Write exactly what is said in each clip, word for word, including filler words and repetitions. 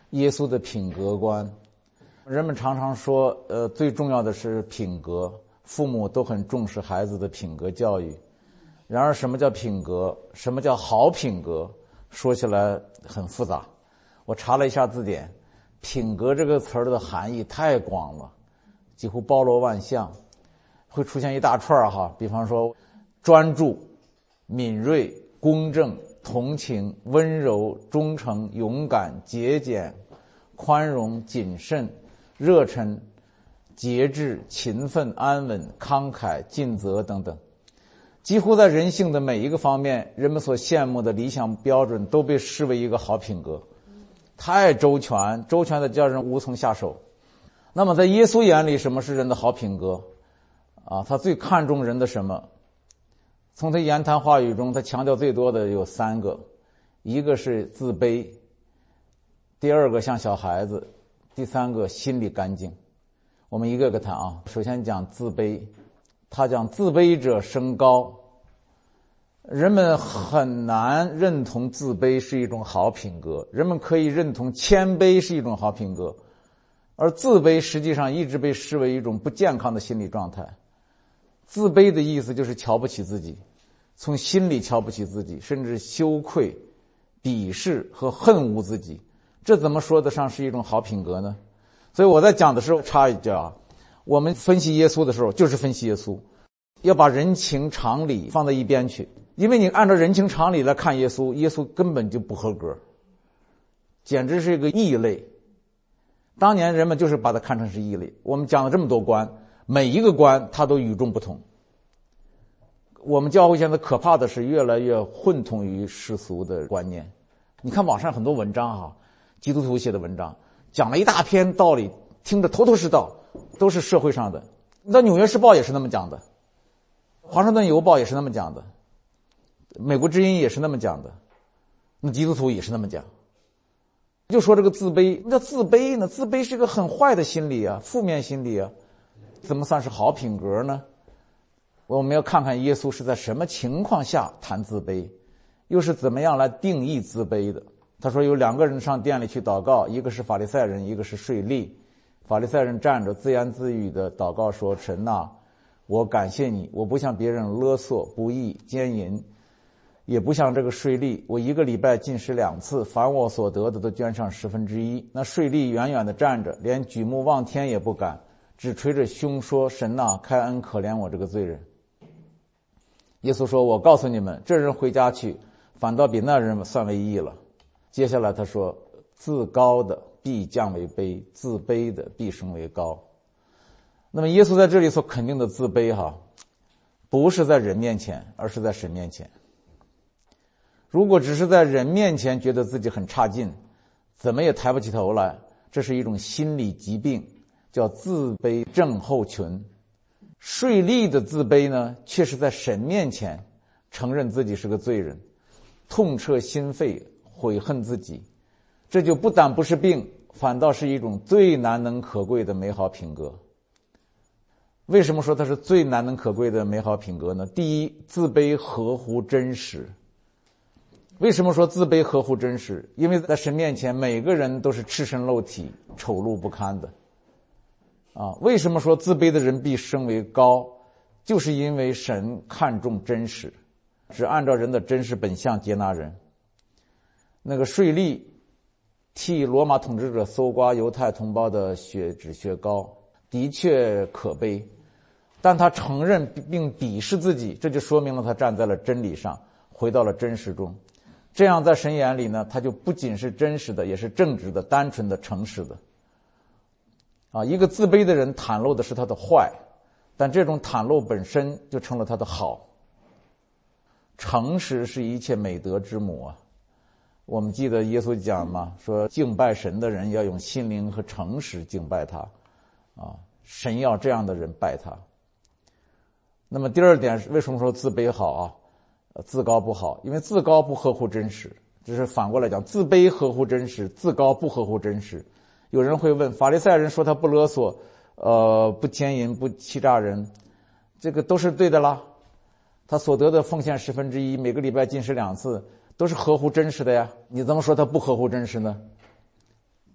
耶稣的品格观。人们常常说，呃，最重要的是品格，父母都很重视孩子的品格教育。然而，什么叫品格？什么叫好品格？说起来很复杂。我查了一下字典，品格这个词儿的含义太广了，几乎包罗万象，会出现一大串哈。比方说，专注、敏锐、公正、同情、温柔、忠诚、勇敢、节俭、宽容、谨慎、热忱、节制、勤奋、安稳、慷慨、尽责等等。几乎在人性的每一个方面，人们所羡慕的理想标准都被视为一个好品格，太周全，周全的叫人无从下手。那么在耶稣眼里，什么是人的好品格啊？他最看重人的什么？从他言谈话语中，他强调最多的有三个，一个是自卑，第二个像小孩子，第三个心里干净。我们一个个谈啊。首先讲自卑，他讲自卑者升高。人们很难认同自卑是一种好品格，人们可以认同谦卑是一种好品格，而自卑实际上一直被视为一种不健康的心理状态。自卑的意思就是瞧不起自己，从心里瞧不起自己，甚至羞愧、鄙视和恨恶自己，这怎么说得上是一种好品格呢？所以我在讲的时候插一句啊，我们分析耶稣的时候就是分析耶稣，要把人情常理放在一边去，因为你按照人情常理来看耶稣，耶稣根本就不合格，简直是一个异类。当年人们就是把他看成是异类。我们讲了这么多观，每一个观他都与众不同。我们教会现在可怕的是越来越混同于世俗的观念。你看网上很多文章哈、啊，基督徒写的文章，讲了一大篇道理，听得头头是道，都是社会上的。那《纽约时报》也是那么讲的，华盛顿邮报也是那么讲的，美国之音也是那么讲的，那基督徒也是那么讲。就说这个自卑，那自卑呢？自卑是一个很坏的心理啊，负面心理啊，怎么算是好品格呢？我们要看看耶稣是在什么情况下谈自卑，又是怎么样来定义自卑的。他说有两个人上殿里去祷告，一个是法利赛人，一个是税吏。法利赛人站着自言自语的祷告说，神啊，我感谢你，我不像别人勒索、不义、奸淫，也不像这个税吏，我一个礼拜进食两次，凡我所得的都捐上十分之一。那税吏远远的站着，连举目望天也不敢，只捶着胸说，神啊，开恩可怜我这个罪人。耶稣说，我告诉你们，这人回家去，反倒比那人算为义了。接下来他说，自高的必降为卑，自卑的必升为高。那么耶稣在这里所肯定的自卑哈，不是在人面前，而是在神面前。如果只是在人面前觉得自己很差劲，怎么也抬不起头来，这是一种心理疾病，叫自卑症候群。税吏的自卑呢，却是在神面前承认自己是个罪人，痛彻心扉，悔恨自己。这就不但不是病，反倒是一种最难能可贵的美好品格。为什么说它是最难能可贵的美好品格呢？第一，自卑合乎真实。为什么说自卑合乎真实？因为在神面前，每个人都是赤身露体、丑陋不堪的。啊，为什么说自卑的人必升为高？就是因为神看重真实，只按照人的真实本相接纳人。那个税吏替罗马统治者搜刮犹太同胞的血脂血膏，的确可悲，但他承认并鄙视自己，这就说明了他站在了真理上，回到了真实中。这样在神眼里呢，他就不仅是真实的，也是正直的、单纯的、诚实的。啊，一个自卑的人袒露的是他的坏，但这种袒露本身就成了他的好。诚实是一切美德之母啊！我们记得耶稣讲嘛，说敬拜神的人要用心灵和诚实敬拜他，啊，神要这样的人拜他。那么第二点是为什么说自卑好啊？自高不好，因为自高不合乎真实。这是反过来讲，自卑合乎真实，自高不合乎真实。有人会问，法利赛人说他不勒索，呃，不奸淫，不欺诈人，这个都是对的啦。他所得的奉献十分之一，每个礼拜进食两次，都是合乎真实的呀。你怎么说他不合乎真实呢？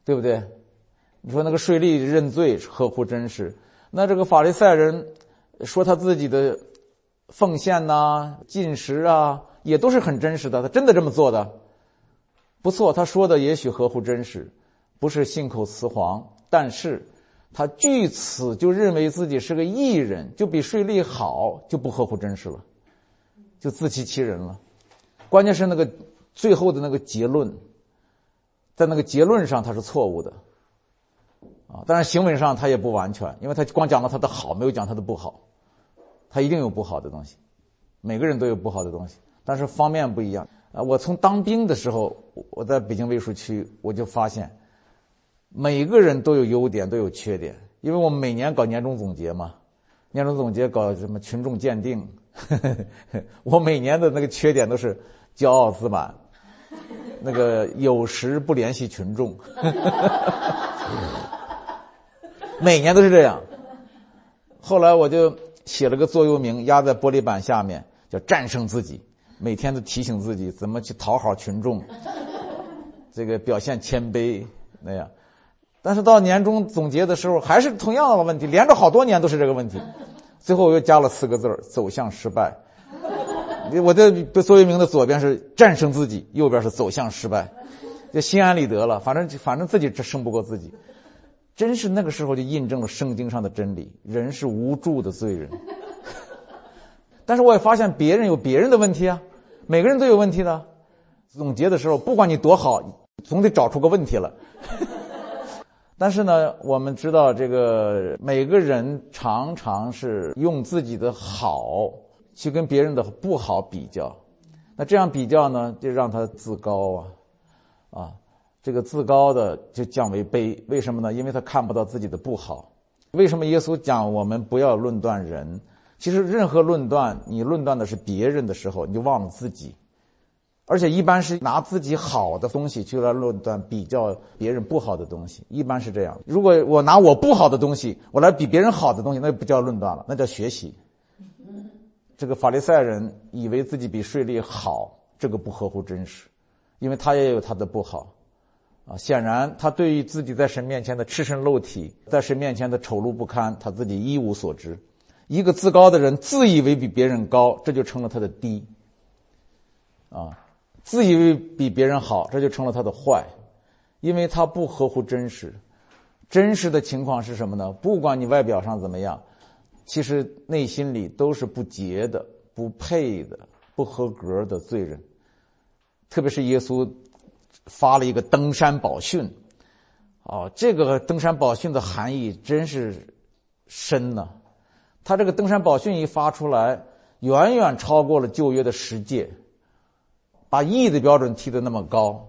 对不对？你说那个税吏认罪合乎真实，那这个法利赛人说他自己的奉献呐、进食啊，也都是很真实的，他真的这么做的。不错，他说的也许合乎真实，不是信口雌黄，但是他据此就认为自己是个义人，就比税吏好，就不合乎真实了，就自欺欺人了。关键是那个最后的那个结论，在那个结论上他是错误的啊，当然行为上他也不完全，因为他光讲了他的好，没有讲他的不好。他一定有不好的东西，每个人都有不好的东西，但是方面不一样啊。我从当兵的时候，我在北京卫戍区，我就发现每个人都有优点，都有缺点。因为我们每年搞年终总结嘛，年终总结搞什么群众鉴定，呵呵呵，我每年的那个缺点都是骄傲自满，那个有时不联系群众，呵呵，每年都是这样。后来我就写了个座右铭，压在玻璃板下面，叫战胜自己，每天都提醒自己怎么去讨好群众，这个表现谦卑那样。但是到年终总结的时候还是同样的问题，连着好多年都是这个问题，最后我又加了四个字，走向失败。我的座右铭的左边是战胜自己，右边是走向失败，就心安理得了，反正反正自己胜不过自己。真是那个时候就印证了圣经上的真理，人是无助的罪人。但是我也发现别人有别人的问题啊，每个人都有问题的。总结的时候不管你多好，总得找出个问题了。但是呢，我们知道这个每个人常常是用自己的好去跟别人的不好比较，那这样比较呢，就让他自高啊啊这个自高的就降为卑，为什么呢？因为他看不到自己的不好。为什么耶稣讲我们不要论断人？其实任何论断，你论断的是别人的时候，你就忘了自己，而且一般是拿自己好的东西去来论断比较别人不好的东西，一般是这样。如果我拿我不好的东西我来比别人好的东西，那不叫论断了，那叫学习。这个法利赛人以为自己比税吏好，这个不合乎真实，因为他也有他的不好啊，显然他对于自己在神面前的赤身露体，在神面前的丑陋不堪，他自己一无所知。一个自高的人自以为比别人高，这就成了他的低啊，自以为比别人好，这就成了他的坏，因为他不合乎真实。真实的情况是什么呢？不管你外表上怎么样，其实内心里都是不洁的、不配的、不合格的罪人。特别是耶稣发了一个登山宝训啊，这个登山宝训的含义真是深呢。他这个登山宝训一发出来，远远超过了旧约的十诫，把义的标准提得那么高，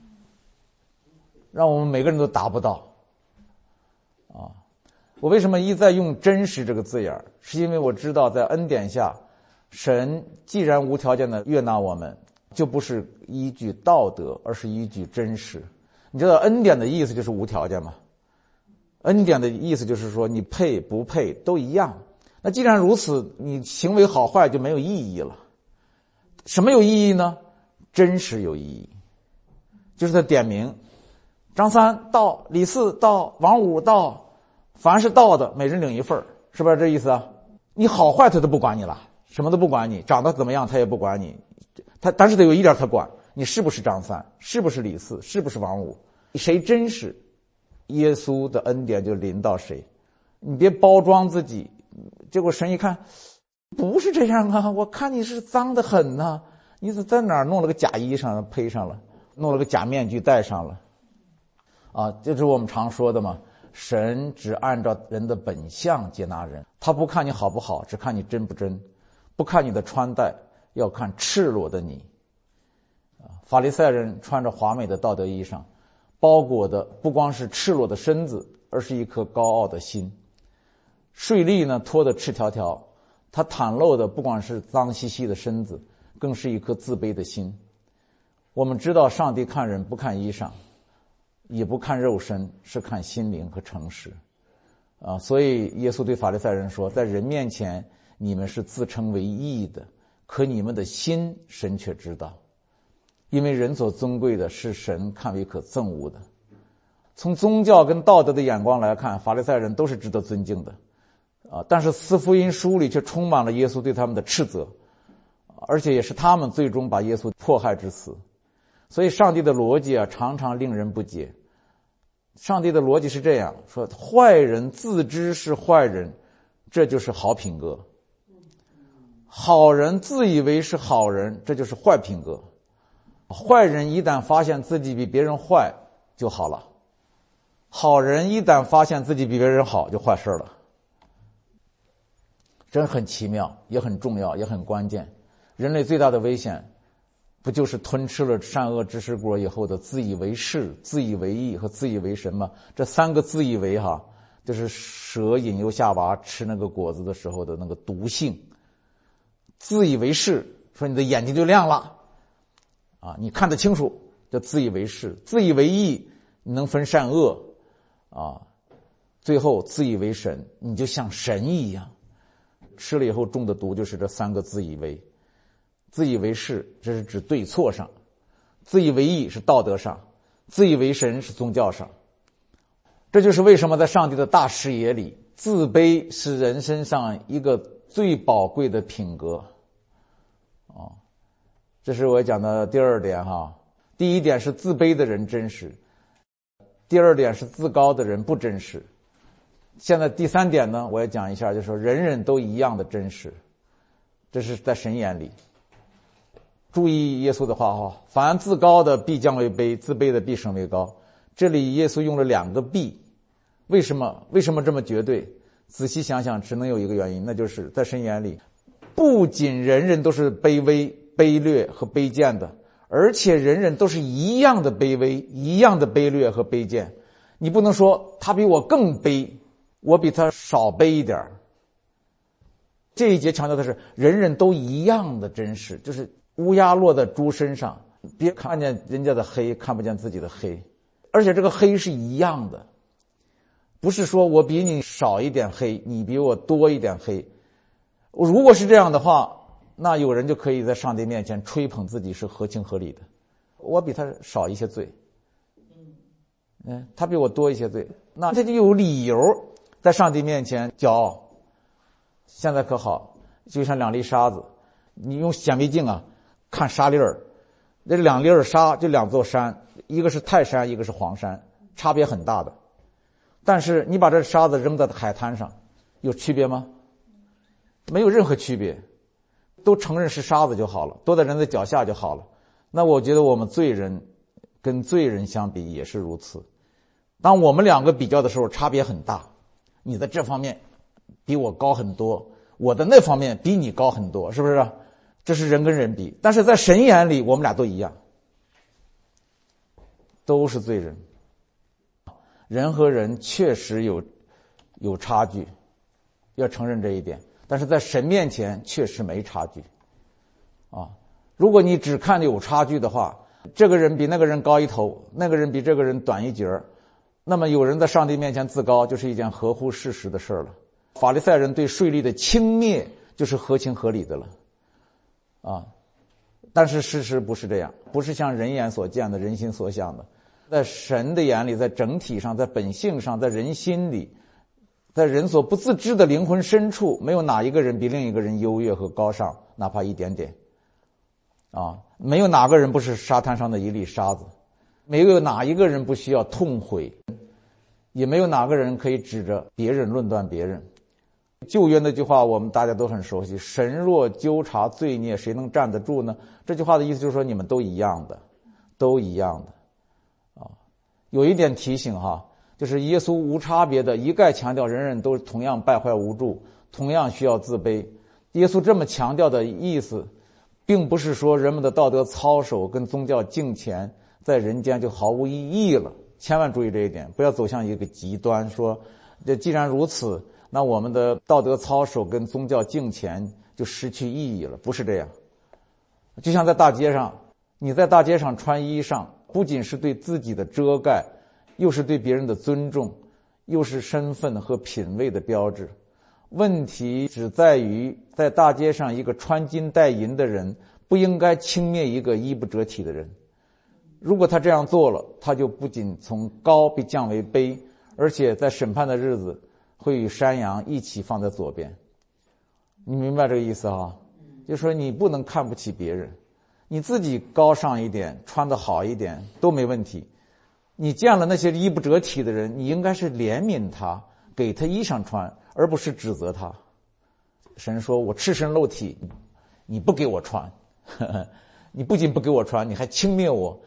让我们每个人都达不到啊。我为什么一再用真实这个字眼，是因为我知道在恩典下，神既然无条件的悦纳我们，就不是依据道德，而是依据真实。你知道恩典的意思就是无条件吗？恩典的意思就是说你配不配都一样。那既然如此，你行为好坏就没有意义了。什么有意义呢？真实有意义，就是他点名张三到，李四到，王五到，凡是到的每人领一份，是不是这意思啊？你好坏他都不管你了，什么都不管你，长得怎么样他也不管你，他但是他有一点他管，你是不是张三，是不是李四，是不是王五，谁真实，耶稣的恩典就临到谁。你别包装自己，结果神一看不是这样啊，我看你是脏得很呐、啊，你在哪儿弄了个假衣裳配上了，弄了个假面具戴上了啊，这是我们常说的嘛，神只按照人的本相接纳人，他不看你好不好，只看你真不真，不看你的穿戴，要看赤裸的你啊。法利赛人穿着华美的道德衣裳，包裹的不光是赤裸的身子，而是一颗高傲的心。税吏呢，脱得赤条条，他袒露的不光是脏兮兮的身子，更是一颗自卑的心。我们知道上帝看人不看衣裳，也不看肉身，是看心灵和诚实啊。所以耶稣对法利赛人说，在人面前你们是自称为义的，可你们的心神却知道，因为人所尊贵的是神看为可憎恶的。 从宗教跟道德的眼光来看，法利赛人都是值得尊敬的啊，但是四福音书里却充满了耶稣对他们的斥责，而且也是他们最终把耶稣迫害致死。所以上帝的逻辑啊，常常令人不解。上帝的逻辑是这样说：坏人自知是坏人，这就是好品格；好人自以为是好人，这就是坏品格。坏人一旦发现自己比别人坏就好了，好人一旦发现自己比别人好就坏事了。真很奇妙，也很重要，也很关键。人类最大的危险不就是吞吃了善恶知识果以后的自以为是、自以为意和自以为神吗？这三个自以为哈，就是蛇引诱夏娃吃那个果子的时候的那个毒性。自以为是，说你的眼睛就亮了啊，你看得清楚，叫自以为是；自以为意，你能分善恶啊；最后自以为神，你就像神一样。吃了以后中的毒就是这三个自以为。自以为是，这是指对错上；自以为意是道德上；自以为神是宗教上。这就是为什么在上帝的大视野里，自卑是人身上一个最宝贵的品格。哦，这是我讲的第二点哈。第一点是自卑的人真实，第二点是自高的人不真实。现在第三点呢，我也讲一下，就是说人人都一样的真实，这是在神眼里。注意耶稣的话哈，凡自高的必降为卑，自卑的必升为高。这里耶稣用了两个必，为什么？为什么这么绝对？仔细想想，只能有一个原因，那就是在神眼里，不仅人人都是卑微、卑劣和卑贱的，而且人人都是一样的卑微、一样的卑劣和卑贱。你不能说他比我更卑，我比他少卑一点。这一节强调的是人人都一样的真实，就是乌鸦落在猪身上，别看见人家的黑，看不见自己的黑，而且这个黑是一样的，不是说我比你少一点黑，你比我多一点黑。如果是这样的话，那有人就可以在上帝面前吹捧自己是合情合理的。我比他少一些罪，嗯，他比我多一些罪，那他就有理由在上帝面前骄傲。现在可好，就像两粒沙子，你用显微镜啊看沙粒儿，这两粒沙就两座山，一个是泰山，一个是黄山，差别很大的。但是你把这沙子扔在海滩上，有区别吗？没有任何区别，都承认是沙子就好了，都在人的脚下就好了。那我觉得我们罪人跟罪人相比也是如此。当我们两个比较的时候，差别很大，你在这方面比我高很多，我的那方面比你高很多，是不是？这是人跟人比，但是在神眼里我们俩都一样，都是罪人。人和人确实有有差距，要承认这一点，但是在神面前确实没差距啊！如果你只看有差距的话，这个人比那个人高一头，那个人比这个人短一截，那么有人在上帝面前自高就是一件合乎事实的事了。法利赛人对税吏的轻蔑就是合情合理的了啊！但是事实不是这样，不是像人眼所见的，人心所想的。在神的眼里，在整体上，在本性上，在人心里，在人所不自知的灵魂深处，没有哪一个人比另一个人优越和高尚，哪怕一点点啊！没有哪个人不是沙滩上的一粒沙子，没有哪一个人不需要痛悔，也没有哪个人可以指着别人论断别人。旧约那句话我们大家都很熟悉，神若纠察罪孽，谁能站得住呢？这句话的意思就是说你们都一样的，都一样的啊。有一点提醒哈，就是耶稣无差别的一概强调人人都同样败坏无助，同样需要自卑。耶稣这么强调的意思并不是说人们的道德操守跟宗教敬虔在人间就毫无意义了，千万注意这一点，不要走向一个极端，说这既然如此，那我们的道德操守跟宗教敬虔就失去意义了，不是这样。就像在大街上，你在大街上穿衣裳，不仅是对自己的遮盖，又是对别人的尊重，又是身份和品位的标志。问题只在于在大街上，一个穿金戴银的人不应该轻蔑一个衣不遮体的人如果他这样做了，他就不仅从高被降为卑，而且在审判的日子会与山羊一起放在左边。你明白这个意思啊？就是说你不能看不起别人，你自己高尚一点，穿得好一点都没问题。你见了那些衣不遮体的人，你应该是怜悯他，给他衣裳穿，而不是指责他。神说我赤身露体，你不给我穿，呵呵，你不仅不给我穿，你还轻蔑我。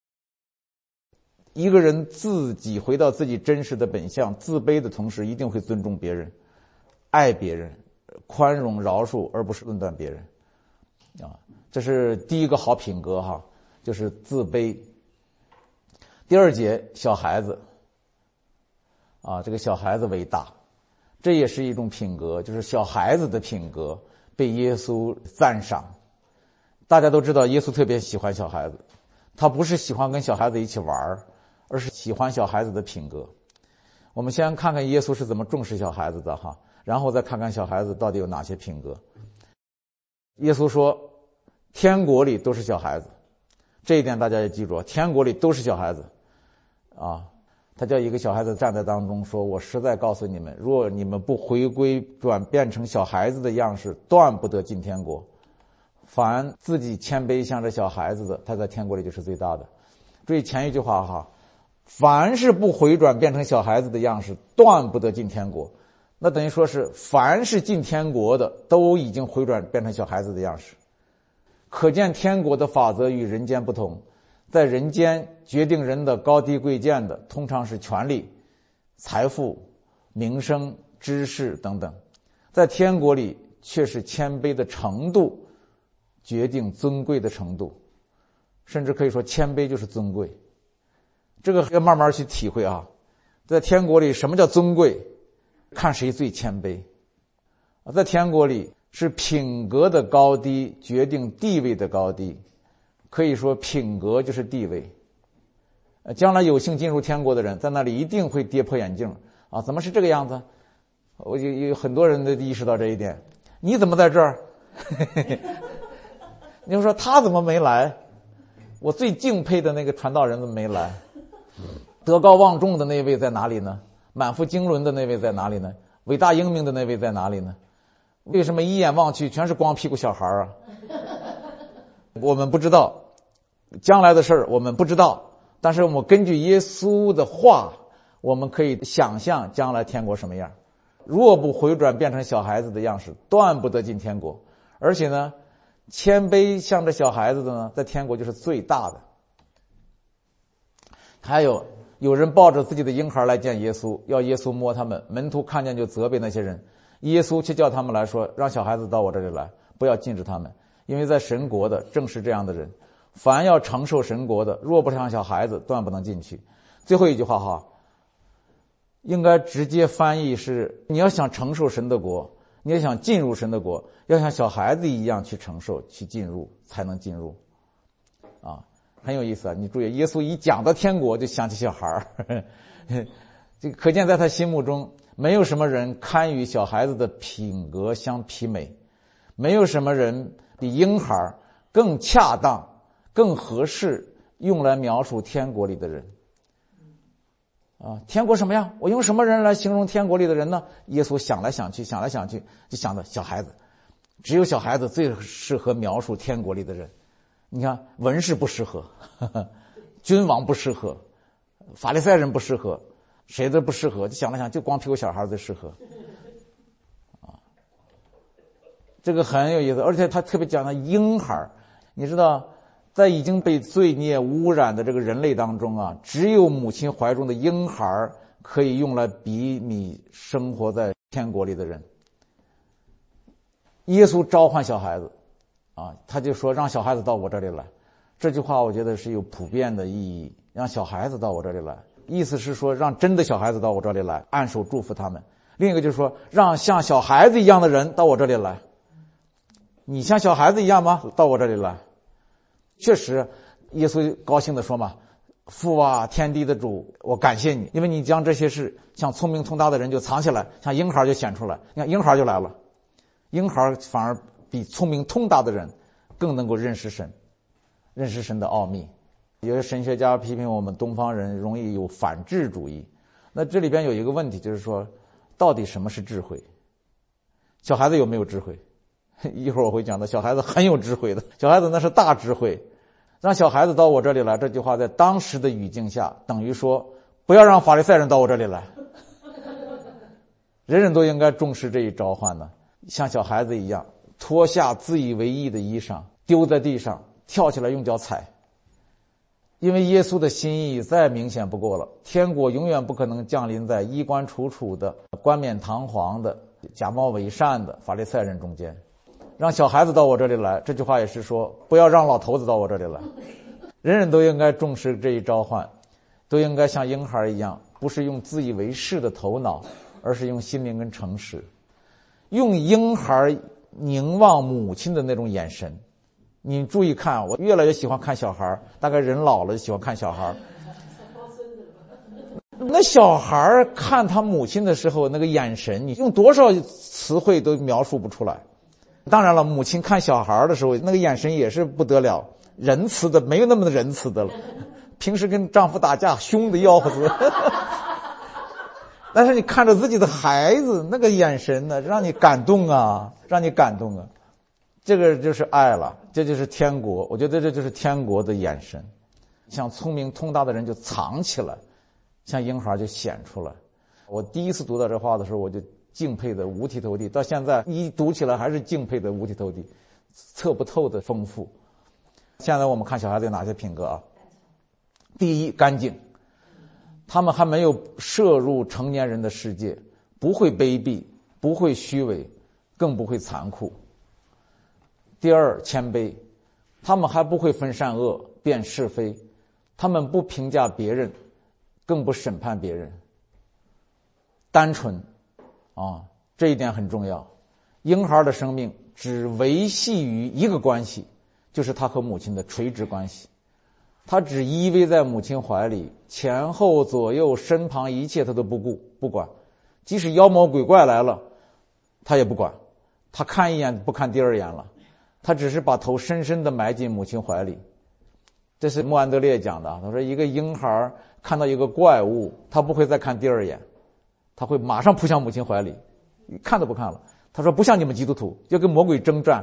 一个人自己回到自己真实的本相，自卑的同时一定会尊重别人，爱别人，宽容饶恕，而不是论断别人啊。这是第一个好品格哈，就是自卑。第二节，小孩子啊，这个小孩子伟大，这也是一种品格，就是小孩子的品格被耶稣赞赏。大家都知道耶稣特别喜欢小孩子，他不是喜欢跟小孩子一起玩，而是喜欢小孩子的品格。我们先看看耶稣是怎么重视小孩子的哈，然后再看看小孩子到底有哪些品格。耶稣说天国里都是小孩子，这一点大家也记住，天国里都是小孩子啊。他叫一个小孩子站在当中说，我实在告诉你们，若你们不回归转变成小孩子的样式，断不得进天国。凡自己谦卑像这小孩子的，他在天国里就是最大的。注意前一句话哈，凡是不回转变成小孩子的样式，断不得进天国。那等于说是凡是进天国的都已经回转变成小孩子的样式。可见天国的法则与人间不同，在人间决定人的高低贵贱的通常是权力、财富、名声、知识等等，在天国里却是谦卑的程度决定尊贵的程度，甚至可以说谦卑就是尊贵。这个要慢慢去体会啊。在天国里什么叫尊贵？看谁最谦卑。在天国里是品格的高低决定地位的高低，可以说品格就是地位。将来有幸进入天国的人在那里一定会跌破眼镜啊！怎么是这个样子？我有有很多人都意识到这一点。你怎么在这儿？你们说他怎么没来？我最敬佩的那个传道人怎么没来？德高望重的那位在哪里呢？满腹经纶的那位在哪里呢？伟大英明的那位在哪里呢？为什么一眼望去全是光屁股小孩啊？我们不知道将来的事儿，我们不知道，但是我们根据耶稣的话，我们可以想象将来天国什么样。若不回转变成小孩子的样式，断不得进天国。而且呢，谦卑像这小孩子的呢，在天国就是最大的。还有有人抱着自己的婴孩来见耶稣，要耶稣摸他们，门徒看见就责备那些人，耶稣却叫他们来说，让小孩子到我这里来，不要禁止他们，因为在神国的正是这样的人。凡要承受神国的，若不像小孩子，断不能进去。最后一句话哈，应该直接翻译是，你要想承受神的国，你要想进入神的国，要像小孩子一样去承受去进入，才能进入啊，很有意思啊！你注意，耶稣一讲到天国就想起小孩儿，这可见在他心目中没有什么人堪与小孩子的品格相媲美，没有什么人比婴孩更恰当更合适用来描述天国里的人啊。天国什么样？我用什么人来形容天国里的人呢？耶稣想来想去想来想去就想到小孩子，只有小孩子最适合描述天国里的人。你看文士不适合，呵呵，君王不适合，法利赛人不适合，谁都不适合，就想了想就光屁股小孩最适合啊。这个很有意思，而且他特别讲到婴孩。你知道在已经被罪孽污染的这个人类当中啊，只有母亲怀中的婴孩可以用来比拟生活在天国里的人。耶稣召唤小孩子啊，他就说让小孩子到我这里来。这句话我觉得是有普遍的意义，让小孩子到我这里来，意思是说让真的小孩子到我这里来，按手祝福他们。另一个就是说让像小孩子一样的人到我这里来。你像小孩子一样吗？到我这里来。确实耶稣高兴地说嘛，父啊，天地的主，我感谢你，因为你将这些事像聪明通达的人就藏起来，像婴孩就显出来。你看婴孩就来了，婴孩反而比聪明通达的人更能够认识神，认识神的奥秘有些神学家批评我们东方人容易有反智主义。那这里边有一个问题，就是说到底什么是智慧？小孩子有没有智慧？一会儿我会讲到，小孩子很有智慧的，小孩子那是大智慧。让小孩子到我这里来，这句话在当时的语境下等于说不要让法利赛人到我这里来。人人都应该重视这一召唤呢，像小孩子一样脱下自以为意的衣裳，丢在地上，跳起来用脚踩。因为耶稣的心意再明显不过了，天国永远不可能降临在衣冠楚楚的、冠冕堂皇的、假冒伪善的法利赛人中间。让小孩子到我这里来，这句话也是说不要让老头子到我这里来。人人都应该重视这一召唤，都应该像婴孩一样，不是用自以为是的头脑，而是用心灵跟诚实，用婴孩凝望母亲的那种眼神。你注意看，我越来越喜欢看小孩，大概人老了就喜欢看小孩。那小孩看他母亲的时候，那个眼神，你用多少词汇都描述不出来。当然了，母亲看小孩的时候，那个眼神也是不得了，仁慈的没有那么仁慈的了。平时跟丈夫打架，凶的要死。但是你看着自己的孩子，那个眼神呢，让你感动啊，让你感动啊。这个就是爱了，这就是天国。我觉得这就是天国的眼神。像聪明通达的人就藏起来，像婴孩就显出来。我第一次读到这话的时候，我就敬佩的五体投地，到现在一读起来还是敬佩的五体投地，测不透的丰富。现在我们看小孩子有哪些品格啊？第一，干净，他们还没有涉入成年人的世界，不会卑鄙，不会虚伪，更不会残酷。第二，谦卑，他们还不会分善恶、辨是非，他们不评价别人，更不审判别人。单纯啊，这一点很重要。婴孩的生命只维系于一个关系，就是他和母亲的垂直关系。他只依偎在母亲怀里，前后左右身旁一切他都不顾不管，即使妖魔鬼怪来了他也不管，他看一眼不看第二眼了，他只是把头深深地埋进母亲怀里。这是穆安德烈讲的，他说一个婴孩看到一个怪物，他不会再看第二眼，他会马上扑向母亲怀里，看都不看了。他说不像你们基督徒就跟魔鬼征战，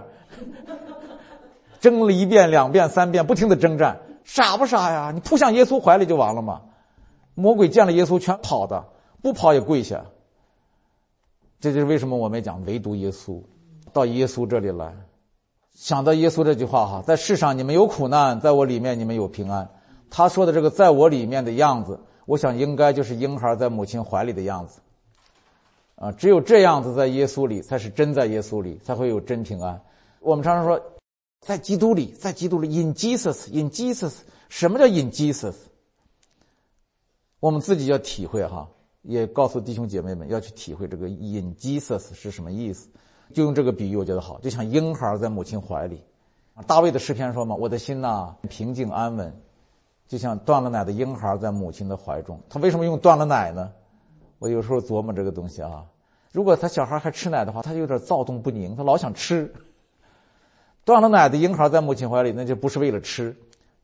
争了一遍两遍三遍，不停地征战。傻不傻呀？你扑向耶稣怀里就完了嘛。魔鬼见了耶稣全跑的，不跑也跪下。这就是为什么我们讲唯独耶稣，到耶稣这里来。想到耶稣这句话哈，在世上你们有苦难，在我里面你们有平安。他说的这个在我里面的样子，我想应该就是婴孩在母亲怀里的样子啊，只有这样子在耶稣里才是真，在耶稣里才会有真平安。我们常常说在基督里，在基督里 in Jesus in Jesus， 什么叫 in Jesus？ 我们自己要体会哈，也告诉弟兄姐妹们要去体会这个 in Jesus 是什么意思。就用这个比喻我觉得好，就像婴孩在母亲怀里。大卫的诗篇说嘛，我的心呐平静安稳，就像断了奶的婴孩在母亲的怀中。他为什么用断了奶呢？我有时候琢磨这个东西啊，如果他小孩还吃奶的话，他有点躁动不宁，他老想吃。断了奶的婴孩在母亲怀里，那就不是为了吃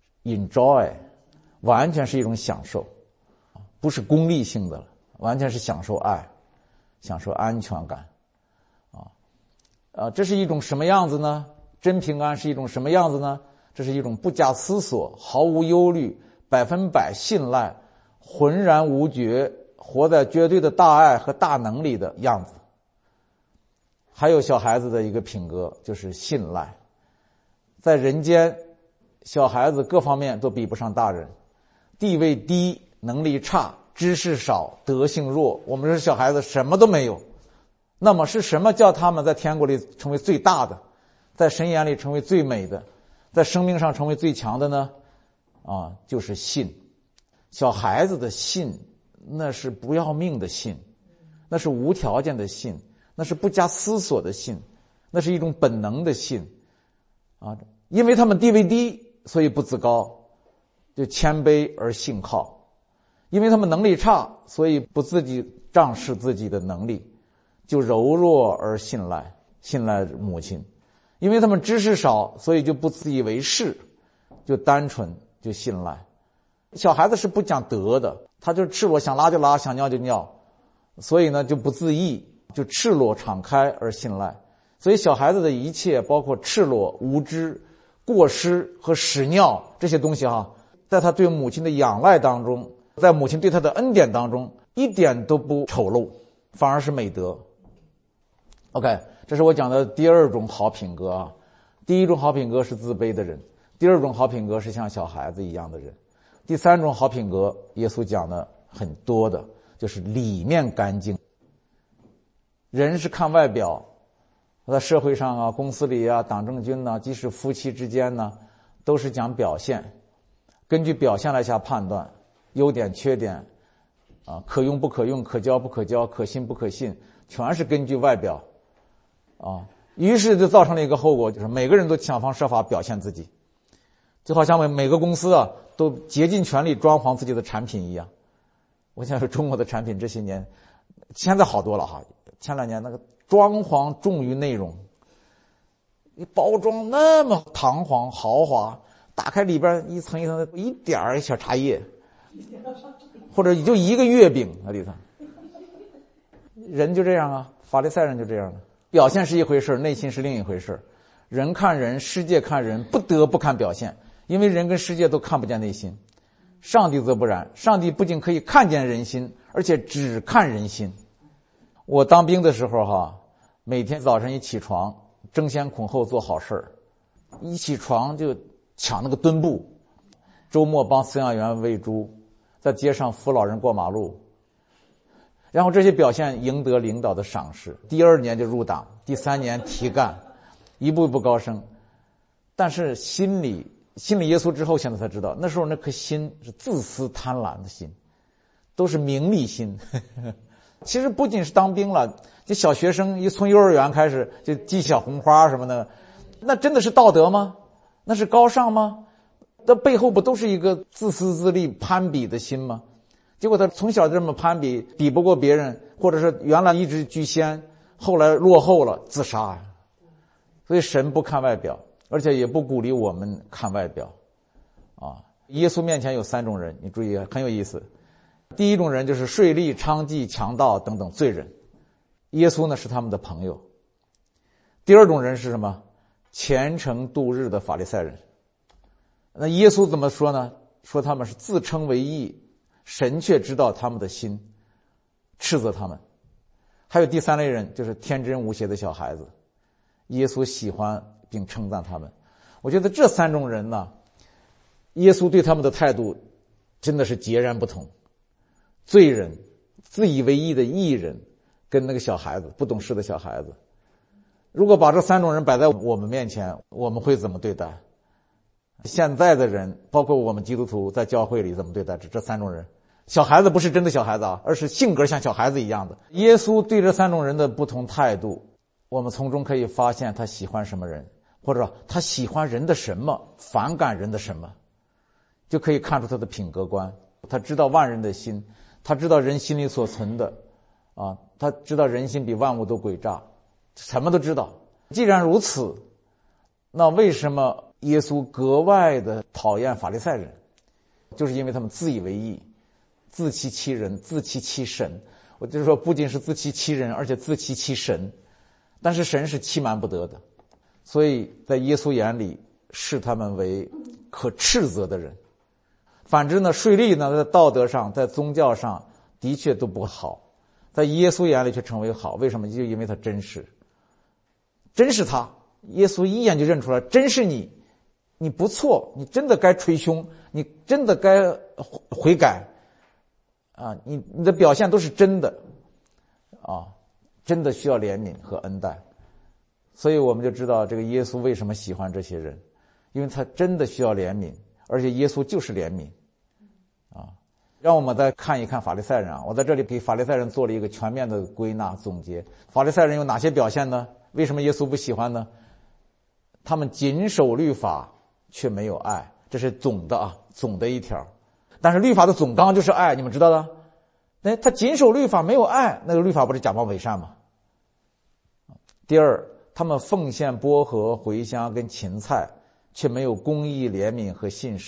enjoy， 完全是一种享受，不是功利性的，完全是享受爱，享受安全感啊啊，这是一种什么样子呢？真平安是一种什么样子呢？这是一种不假思索、毫无忧虑、百分百信赖、浑然无觉，活在绝对的大爱和大能力的样子。还有小孩子的一个品格就是信赖。在人间，小孩子各方面都比不上大人，地位低，能力差，知识少，德性弱。我们这小孩子什么都没有，那么是什么叫他们在天国里成为最大的，在神眼里成为最美的，在生命上成为最强的呢？啊，就是信。小孩子的信，那是不要命的信，那是无条件的信，那是不加思索的信，那是一种本能的信啊。因为他们地位低，所以不自高，就谦卑而信靠。因为他们能力差，所以不自己仗势自己的能力，就柔弱而信赖，信赖母亲。因为他们知识少，所以就不自以为是，就单纯就信赖。小孩子是不讲德的，他就赤裸，想拉就拉，想尿就尿，所以呢就不自抑，就赤裸敞开而信赖。所以小孩子的一切，包括赤裸、无知、过失和屎尿这些东西哈，在他对母亲的仰赖当中，在母亲对他的恩典当中，一点都不丑陋，反而是美德。OK， 这是我讲的第二种好品格啊。第一种好品格是自卑的人，第二种好品格是像小孩子一样的人，第三种好品格耶稣讲的很多的，就是里面干净。人是看外表，在社会上啊，公司里啊，党政军呢、啊，即使夫妻之间呢，都是讲表现，根据表现来下判断，优点缺点啊，可用不可用，可交不可交，可信不可信，全是根据外表啊。于是就造成了一个后果，就是每个人都想方设法表现自己，就好像每每个公司啊都竭尽全力装潢自己的产品一样。我想说中国的产品这些年，现在好多了哈，前两年那个装潢重于内容，你包装那么堂皇豪华，打开里边一层一层的一点儿小茶叶，或者就一个月饼那里头。人就这样啊，法利赛人就这样了。表现是一回事，内心是另一回事。人看人，世界看人，不得不看表现，因为人跟世界都看不见内心。上帝则不然，上帝不仅可以看见人心，而且只看人心。我当兵的时候哈，每天早晨一起床，争先恐后做好事儿，一起床就抢那个墩布，周末帮饲养员喂猪，在街上扶老人过马路。然后这些表现赢得领导的赏识，第二年就入党，第三年提干，一步一步高升。但是心里信了耶稣之后，现在才知道，那时候那颗心是自私贪婪的心，都是名利心。其实不仅是当兵了，这小学生一从幼儿园开始就寄小红花什么的，那真的是道德吗？那是高尚吗？那背后不都是一个自私自利攀比的心吗？结果他从小就这么攀比，比不过别人，或者是原来一直居先，后来落后了，自杀。所以神不看外表，而且也不鼓励我们看外表啊。耶稣面前有三种人，你注意很有意思。第一种人就是税吏、娼妓、强盗等等罪人，耶稣呢是他们的朋友。第二种人是什么？虔诚度日的法利赛人。那耶稣怎么说呢？说他们是自称为义，神却知道他们的心，斥责他们。还有第三类人，就是天真无邪的小孩子，耶稣喜欢并称赞他们。我觉得这三种人呢，耶稣对他们的态度真的是截然不同。罪人，自以为义的义人，跟那个小孩子，不懂事的小孩子，如果把这三种人摆在我们面前，我们会怎么对待？现在的人，包括我们基督徒在教会里怎么对待这这三种人？小孩子不是真的小孩子啊，而是性格像小孩子一样的。耶稣对这三种人的不同态度，我们从中可以发现他喜欢什么人，或者他喜欢人的什么，反感人的什么，就可以看出他的品格观。他知道万人的心，他知道人心里所存的啊，他知道人心比万物都诡诈，什么都知道。既然如此，那为什么耶稣格外的讨厌法利赛人？就是因为他们自以为义，自欺欺人，自欺欺神。我就是说，不仅是自欺欺人，而且自欺欺神。但是神是欺瞒不得的，所以在耶稣眼里视他们为可斥责的人。反之呢，税吏呢，在道德上，在宗教上的确都不好，在耶稣眼里却成为好。为什么？就因为他真实，真是他。耶稣一眼就认出来，真是你，你不错，你真的该捶胸，你真的该悔改啊！你你的表现都是真的啊，真的需要怜悯和恩待。所以我们就知道这个耶稣为什么喜欢这些人，因为他真的需要怜悯，而且耶稣就是怜悯啊。让我们再看一看法利赛人啊，我在这里给法利赛人做了一个全面的归纳总结。法利赛人有哪些表现呢？为什么耶稣不喜欢呢？他们谨守律法却没有爱，这是总的啊，总的一条。但是律法的总纲就是爱，你们知道的。那他谨守律法没有爱，那个律法不是假冒伪善吗？第二，他们奉献薄荷、茴香跟芹菜，却没有公义、怜悯和信实。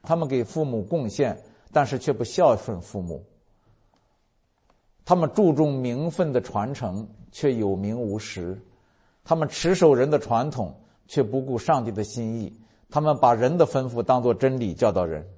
他们给父母贡献，但是却不孝顺父母。他们注重名分的传承，却有名无实。他们持守人的传统，却不顾上帝的心意。他们把人的吩咐当作真理教导人。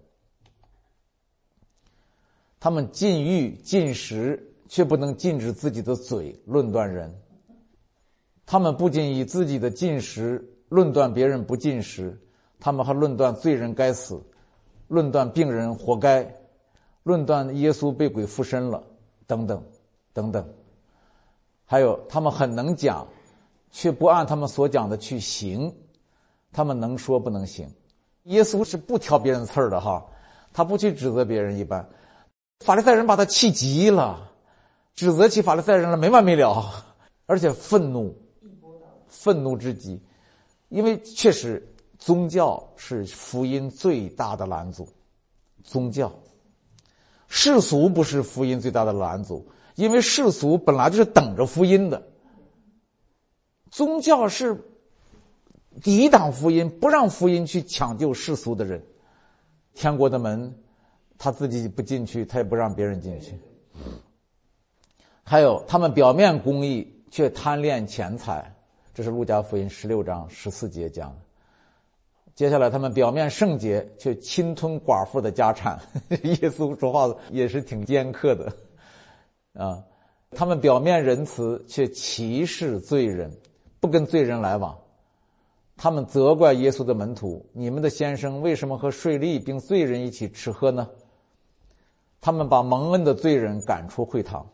他们禁欲禁食，却不能禁止自己的嘴论断人。他们不仅以自己的禁食论断别人不禁食，他们还论断罪人该死，论断病人活该，论断耶稣被鬼附身了，等等等等。还有他们很能讲，却不按他们所讲的去行。他们能说不能行。耶稣是不挑别人刺儿的哈，他不去指责别人。一般法利赛人把他气急了，指责起法利赛人了没完没了，而且愤怒愤怒之极。因为确实宗教是福音最大的拦阻，宗教世俗不是福音最大的拦阻，因为世俗本来就是等着福音的。宗教是抵挡福音，不让福音去抢救世俗的人。天国的门他自己不进去，他也不让别人进去。还有他们表面公义，却贪恋钱财，这是路加福音十六章十四节讲的。接下来他们表面圣洁，却侵吞寡妇的家产。耶稣说话也是挺尖刻的啊。他们表面仁慈，却歧视罪人，不跟罪人来往。他们责怪耶稣的门徒，你们的先生为什么和税吏并罪人一起吃喝呢？他们把蒙恩的罪人赶出会堂。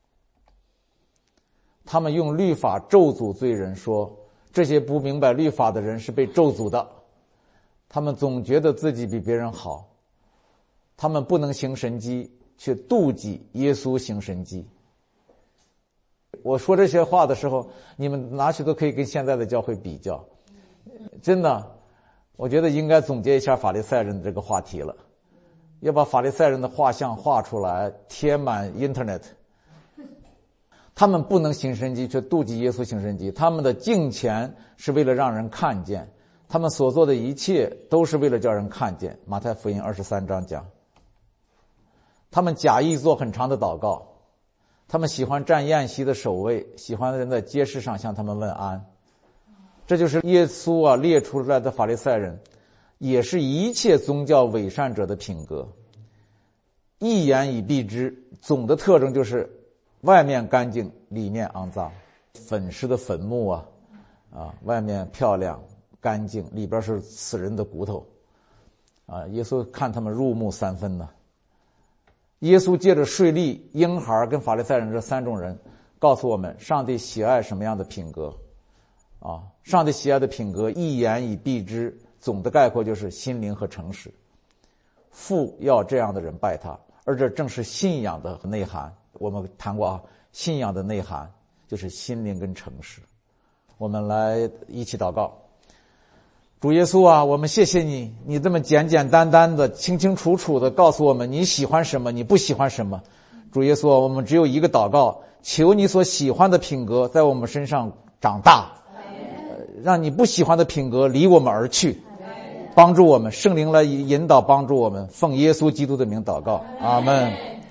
他们用律法咒诅罪人，说这些不明白律法的人是被咒诅的。他们总觉得自己比别人好。他们不能行神迹，却妒忌耶稣行神迹。我说这些话的时候，你们拿去都可以跟现在的教会比较。真的，我觉得应该总结一下法利赛人的这个话题了，要把法利赛人的画像画出来，贴满 internet。 他们不能行神迹，却妒忌耶稣行神迹。他们的敬虔是为了让人看见，他们所做的一切都是为了叫人看见。马太福音二十三章讲，他们假意做很长的祷告，他们喜欢占宴席的首位，喜欢人在街市上向他们问安。这就是耶稣啊列出来的法利赛人，也是一切宗教伪善者的品格。一言以蔽之，总的特征就是外面干净，里面肮脏。粉饰的坟墓啊，啊，外面漂亮干净，里边是死人的骨头啊！耶稣看他们入木三分呢。耶稣借着税吏、婴孩跟法利赛人这三种人，告诉我们上帝喜爱什么样的品格啊？上帝喜爱的品格，一言以蔽之，总的概括就是心灵和诚实。父要这样的人拜他，而这正是信仰的内涵。我们谈过啊，信仰的内涵就是心灵跟诚实。我们来一起祷告。主耶稣啊，我们谢谢你，你这么简简单单的、清清楚楚的告诉我们你喜欢什么，你不喜欢什么。主耶稣啊，我们只有一个祷告，求你所喜欢的品格在我们身上长大，让你不喜欢的品格离我们而去，帮助我们，圣灵来引导帮助我们，奉耶稣基督的名祷告，阿们。